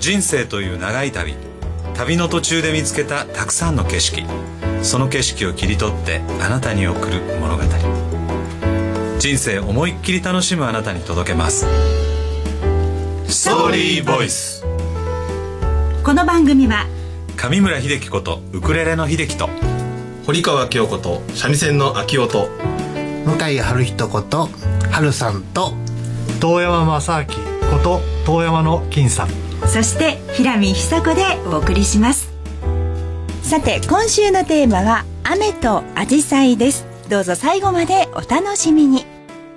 人生という長い旅の途中で見つけたたくさんの景色、その景色を切り取ってあなたに送る物語。人生思いっきり楽しむあなたに届けます。ストーリーボイス。 この番組は上村秀樹ことウクレレの秀樹と堀川清子と三味線の秋夫と向井春人こと春さんと遠山正明こと遠山の金さん、 そして平見久子でお送りします。さて今週のテーマは雨とアジサイです。どうぞ最後までお楽しみに。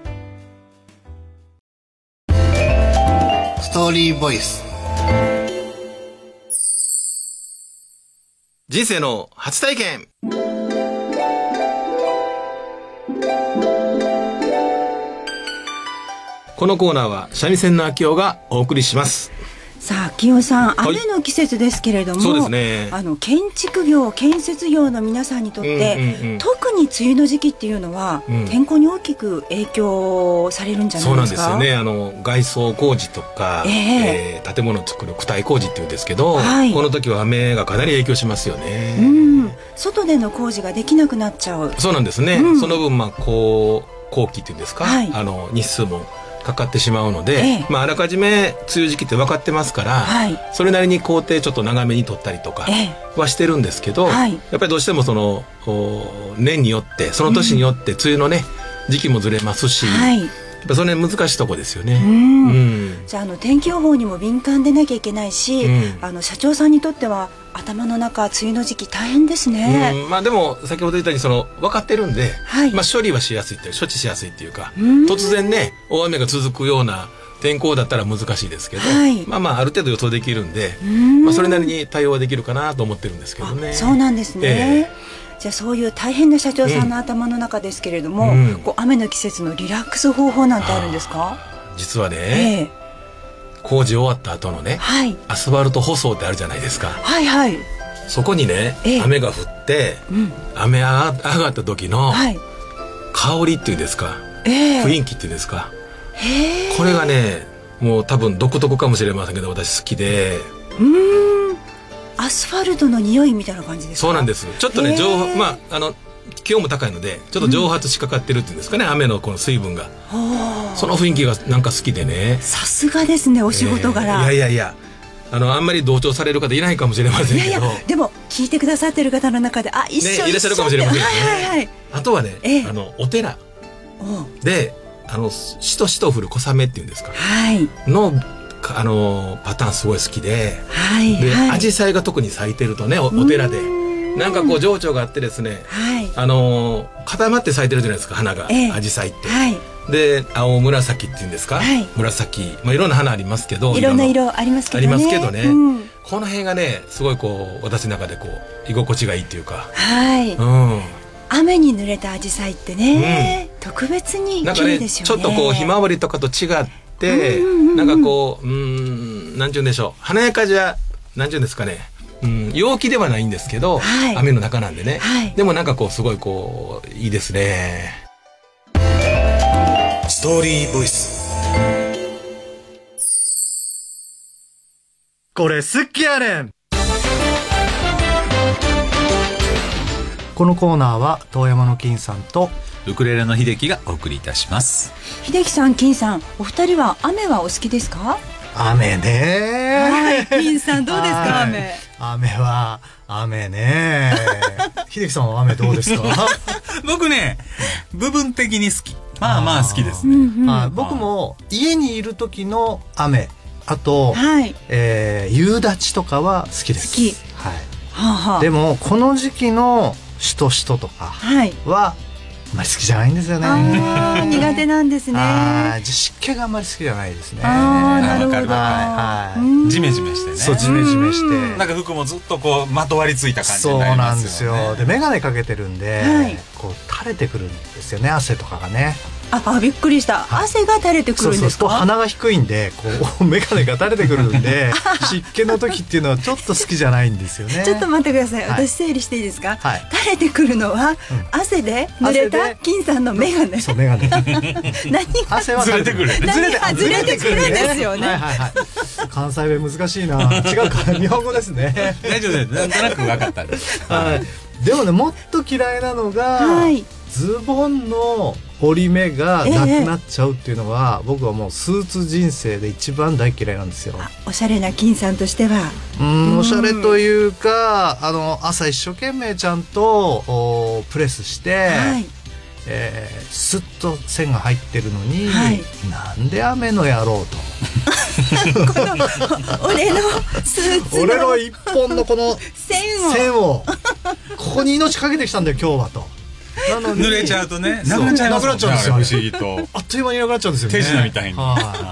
ストーリーボイス。 人生の初体験。このコーナーは三味線の秋夫がお送りします。 さあ秋夫さん、雨の季節ですけれども、 そうですね、 建築業建設業の皆さんにとって、特に梅雨の時期っていうのは、天候に大きく影響されるんじゃないですか。 そうなんですよね。外装工事とか、建物を作る躯体工事っていうんですけど、この時は雨がかなり影響しますよね。 外での工事ができなくなっちゃう。 そうなんですね、その分工期っていうんですか、日数もかかってしまうので、あらかじめ梅雨時期って分かってますから、それなりに工程ちょっと長めに取ったりとかはしてるんですけど、やっぱりどうしてもその年によってその年によって梅雨のね時期もずれますし、やっぱそれ難しいとこですよね。 じゃあ天気予報にも敏感でなきゃいけないし、社長さんにとっては頭の中梅雨の時期大変ですね。 でも先ほど言ったように分かってるんで、処理はしやすいっていう、処置しやすいっていうか、突然ね大雨が続くような天候だったら難しいですけど、ある程度予想できるんで、それなりに対応はできるかなと思ってるんですけどね。 そうなんですね。じゃあそういう大変な社長さんの頭の中ですけれども、雨の季節のリラックス方法なんてあるんですか？ 実はね、工事終わった後のね、アスファルト舗装ってあるじゃないですか。そこにね、雨が降って、雨上がった時の香りっていうんですか、雰囲気っていうんですか、これがねもう多分独特かもしれませんけど私好きで。 アスファルトの匂いみたいな感じですか？そうなんです。ちょっとね気温も高いのでちょっと蒸発しかかってるっていうんですかね、雨のこの水分が、その雰囲気がなんか好きでね。 さすがですね、お仕事柄。 いやあんまり同調される方いないかもしれませんけど、 でも聞いてくださってる方の中で一緒いらっしゃるかもしれませんね。あとはね、お寺でしとしと降る小雨っていうんですか、のパターンすごい好きで、アジサイが特に咲いてるとね、お寺でなんかこう情緒があってですね、固まって咲いてるじゃないですか、花が、アジサイって。で青紫っていうんですか、紫、いろんな花ありますけど、 いろんな色ありますけどね。 この辺がねすごい私の中で居心地がいいっていうか、 雨に濡れたアジサイってね、特別に綺麗ですよね。 ちょっとひまわりとかと違ってなんかなんていうんでしょう、華やかじゃなんていうんですかね、陽気ではないんですけど、雨の中なんでね、でもなんかすごいいいですね。 ストーリーボイス。 これ好きやねん。このコーナーは遠山の金さんとウクレレの秀樹がお送りいたします。 秀樹さん、金さん、お二人は雨はお好きですか？ 雨ね。 金さんどうですか？ 雨ね。秀樹さんは雨どうですか？ 僕ね、部分的に好き。好きですね。 僕も家にいる時の雨、あと、夕立とかは好きです。でもこの時期のしとしととかはあんまり好きじゃないんですよね。 苦手なんですね。 湿気があんまり好きじゃないですね。 なるほど。 ジメジメしてね。 そう、ジメジメして、 なんか服もずっとまとわりついた感じになりますよね。 そうなんですよ。で眼鏡かけてるんで、垂れてくるんですよね、汗とかがね。 びっくりした。汗が垂れてくるんですか？ 鼻が低いんで眼鏡が垂れてくるんで湿気の時っていうのはちょっと好きじゃないんですよね。 ちょっと待ってください。私整理していいですか？垂れてくるのは汗で濡れた金さんの眼鏡。 そう、眼鏡。 何が汗はずれてくる。 ずれてくるんですよね。 関西弁難しいな。違うか、日本語ですね。 大丈夫です。なんとなく分かったんです。 はい。でもね、もっと嫌いなのが、ズボンの折り目がなくなっちゃうっていうのは、僕はもうスーツ人生で一番大嫌いなんですよ。 おしゃれな金さんとしては、 おしゃれというか、朝一生懸命ちゃんとプレスして、スッと線が入ってるのに、なんで雨のやろうと。 この俺のスーツの俺の一本のこの線をここに命かけてきたんだよ今日はと。 なのに濡れちゃうとね、なくなっちゃうんですよ。不思議とあっという間になくなっちゃうんですよね。 手品みたいに。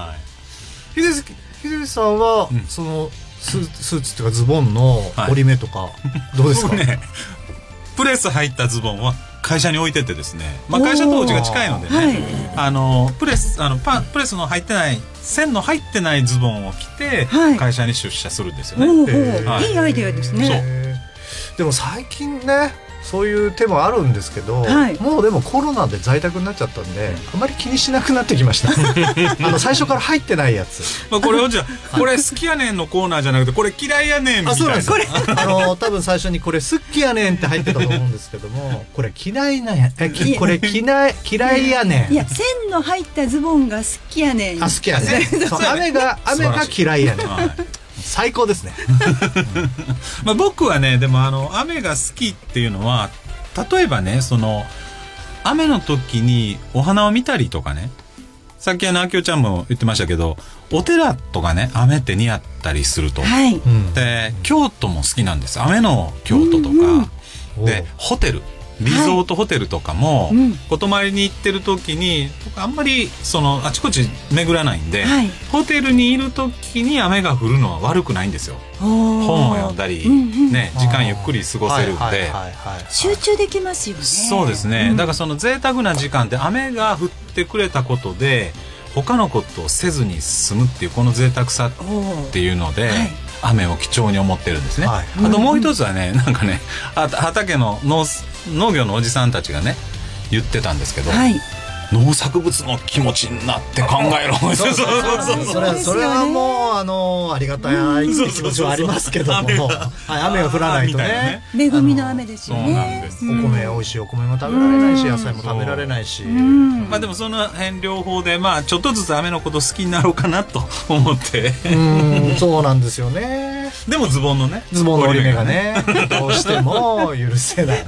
秀樹さんはそのスーツっていうかズボンの折り目とかどうですか？ プレス入ったズボンは会社に置いててですね、会社とお家が近いのでね、プレスの入ってない線の入ってないズボンを着て会社に出社するんですよね。 いいアイデアですね。 でも最近ね、そういう手もあるんですけど、もうでもコロナで在宅になっちゃったんで、あまり気にしなくなってきました。最初から入ってないやつ。 これをじゃあ、これ好きやねんのコーナーじゃなくて、これ嫌いやねんみたいな。 そうなんですよ。多分最初にこれ好きやねんって入ってたと思うんですけども、これ嫌いなんや、これ嫌いやねん。 いや、線の入ったズボンが好きやねん。 好きやねん。雨が嫌いやねん。最高ですね。 僕はね、でも雨が好きっていうのは、例えばね、その雨の時にお花を見たりとかね、さっきあきおちゃんも言ってましたけど、お寺とかね、雨って似合ったりすると、で京都も好きなんです。雨の京都とかで、ホテルリゾートホテルとかも、お泊まりに行ってる時にあんまりあちこち巡らないんで、ホテルにいる時に雨が降るのは悪くないんですよ。本を読んだり、時間ゆっくり過ごせるんで集中できますよね。 そうですね。だからその贅沢な時間で雨が降ってくれたことで他のことをせずに済むっていう、この贅沢さっていうので、雨を貴重に思ってるんですね。あともう一つはね、なんかね、畑の農業のおじさんたちがね言ってたんですけど、農作物の気持ちになって考えろ。 それはもうありがたい気持ちはありますけども、雨が降らないとね、 恵みの雨ですよね。 お米、美味しいお米も食べられないし、野菜も食べられないし、 でもその辺両方でちょっとずつ雨のこと好きになろうかなと思って。 そうなんですよね。 でもズボンの折り目がね、どうしても許せない。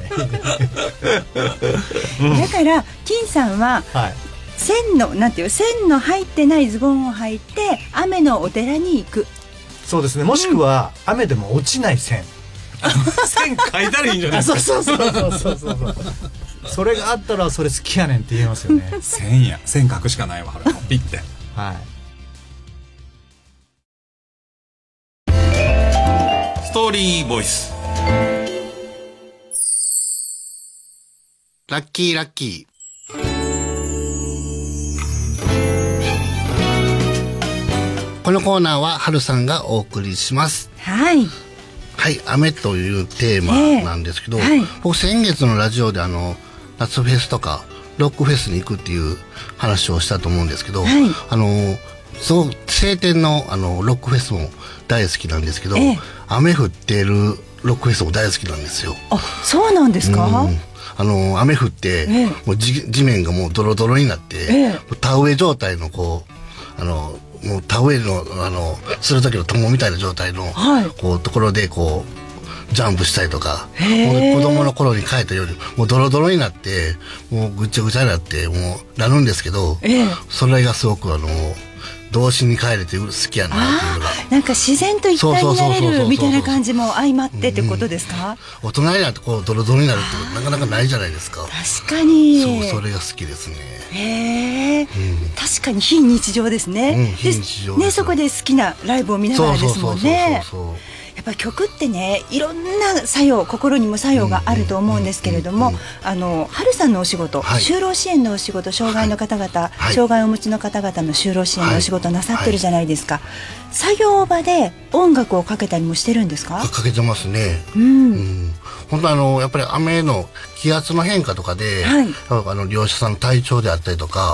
だから金さんは線の入ってないズボンを履いて雨のお寺に行く。 そうですね。もしくは雨でも落ちない線。 線書いたらいいんじゃないですか。 そうそれがあったらそれ好きやねんって言えますよね。 線書くしかないわ。ピッて。ストーリーボイス。 ラッキーラッキー。このコーナーは春さんがお送りします。はい、雨というテーマなんですけど、僕先月のラジオで夏フェスとかロックフェスに行くっていう話をしたと思うんですけど、すごく晴天のロックフェスも大好きなんですけど、雨降っているロックフェスも大好きなんですよ。 あ、そうなんですか？ 雨降って、もう地面がもうドロドロになって、田植え状態のもう田植えのする時の友みたいな状態の、ところでジャンプしたりとか、子供の頃に書いたようにもうドロドロになってもうぐちゃぐちゃになってもうなるんですけど、それがすごく童心に帰れて好きやなっていうのが、 なんか自然と一体になれるみたいな感じも相まってってことですか？ 大人になってドロドロになるってなかなかないじゃないですか。 確かに。 それが好きですね。 確かに非日常ですね。非日常ですね。そこで好きなライブを見ながらですもんね。やっぱ曲ってね、いろんな作用、心にも作用があると思うんですけれども、春さんのお仕事、就労支援のお仕事、障害の方々、障害をお持ちの方々の就労支援のお仕事なさってるじゃないですか。作業場で音楽をかけたりもしてるんですか？ かけてますね。本当やっぱり雨の気圧の変化とかで、利用者さんの体調であったりとか、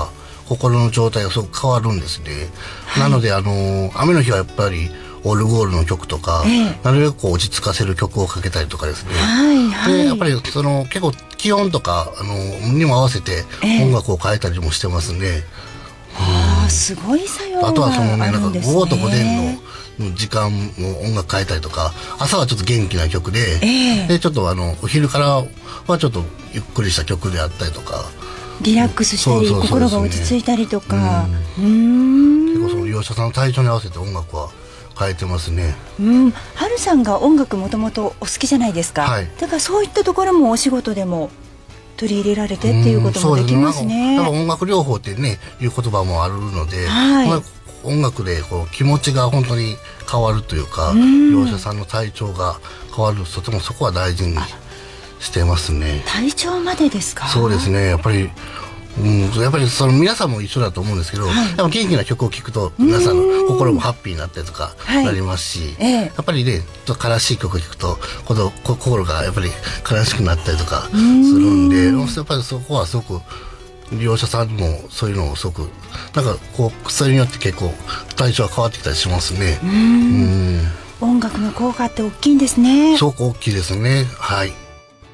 心の状態がすごく変わるんですね。なので雨の日はやっぱりオルゴールの曲とか、なるべくこう落ち着かせる曲をかけたりとかですね。でやっぱり結構気温とかにも合わせて音楽を変えたりもしてますね。 すごい作用があるんですね。 あとはなんか午後と午前の時間も音楽変えたりとか、朝はちょっと元気な曲で、でちょっとお昼からはちょっとゆっくりした曲であったりとか、 リラックスしたり心が落ち着いたりとか、 結構その利用者さんの体調に合わせて音楽は変えてますね。 はるさんが音楽もともとお好きじゃないですか、だからそういったところもお仕事でも取り入れられてっていうこともできますね。 音楽療法ってねいう言葉もあるので、音楽でこう気持ちが本当に変わるというか、利用者さんの体調が変わる、とてもそこは大事にしてますね。 体調までですか？ そうですね。やっぱりその皆さんも一緒だと思うんですけど、やっぱ元気な曲を聴くと皆さんの心もハッピーになったりとかなりますし、やっぱりね悲しい曲を聴くと心がやっぱり悲しくなったりとかするんで、やっぱりそこはすごく利用者さんもそういうのをすごくなんかこうそれによって結構体調が変わってきたりしますね。 音楽の効果って大きいんですね。 すごく大きいですね。はい。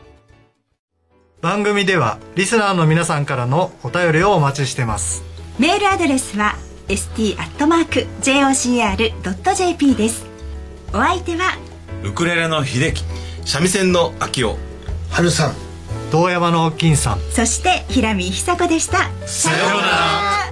番組ではリスナーの皆さんからのお便りをお待ちしてます。 メールアドレスは st@jocr.jp です。お相手はウクレレの秀樹、 三味線の秋代、 春さん、 遠山の金さん、 そして平見久子でした。 さようなら。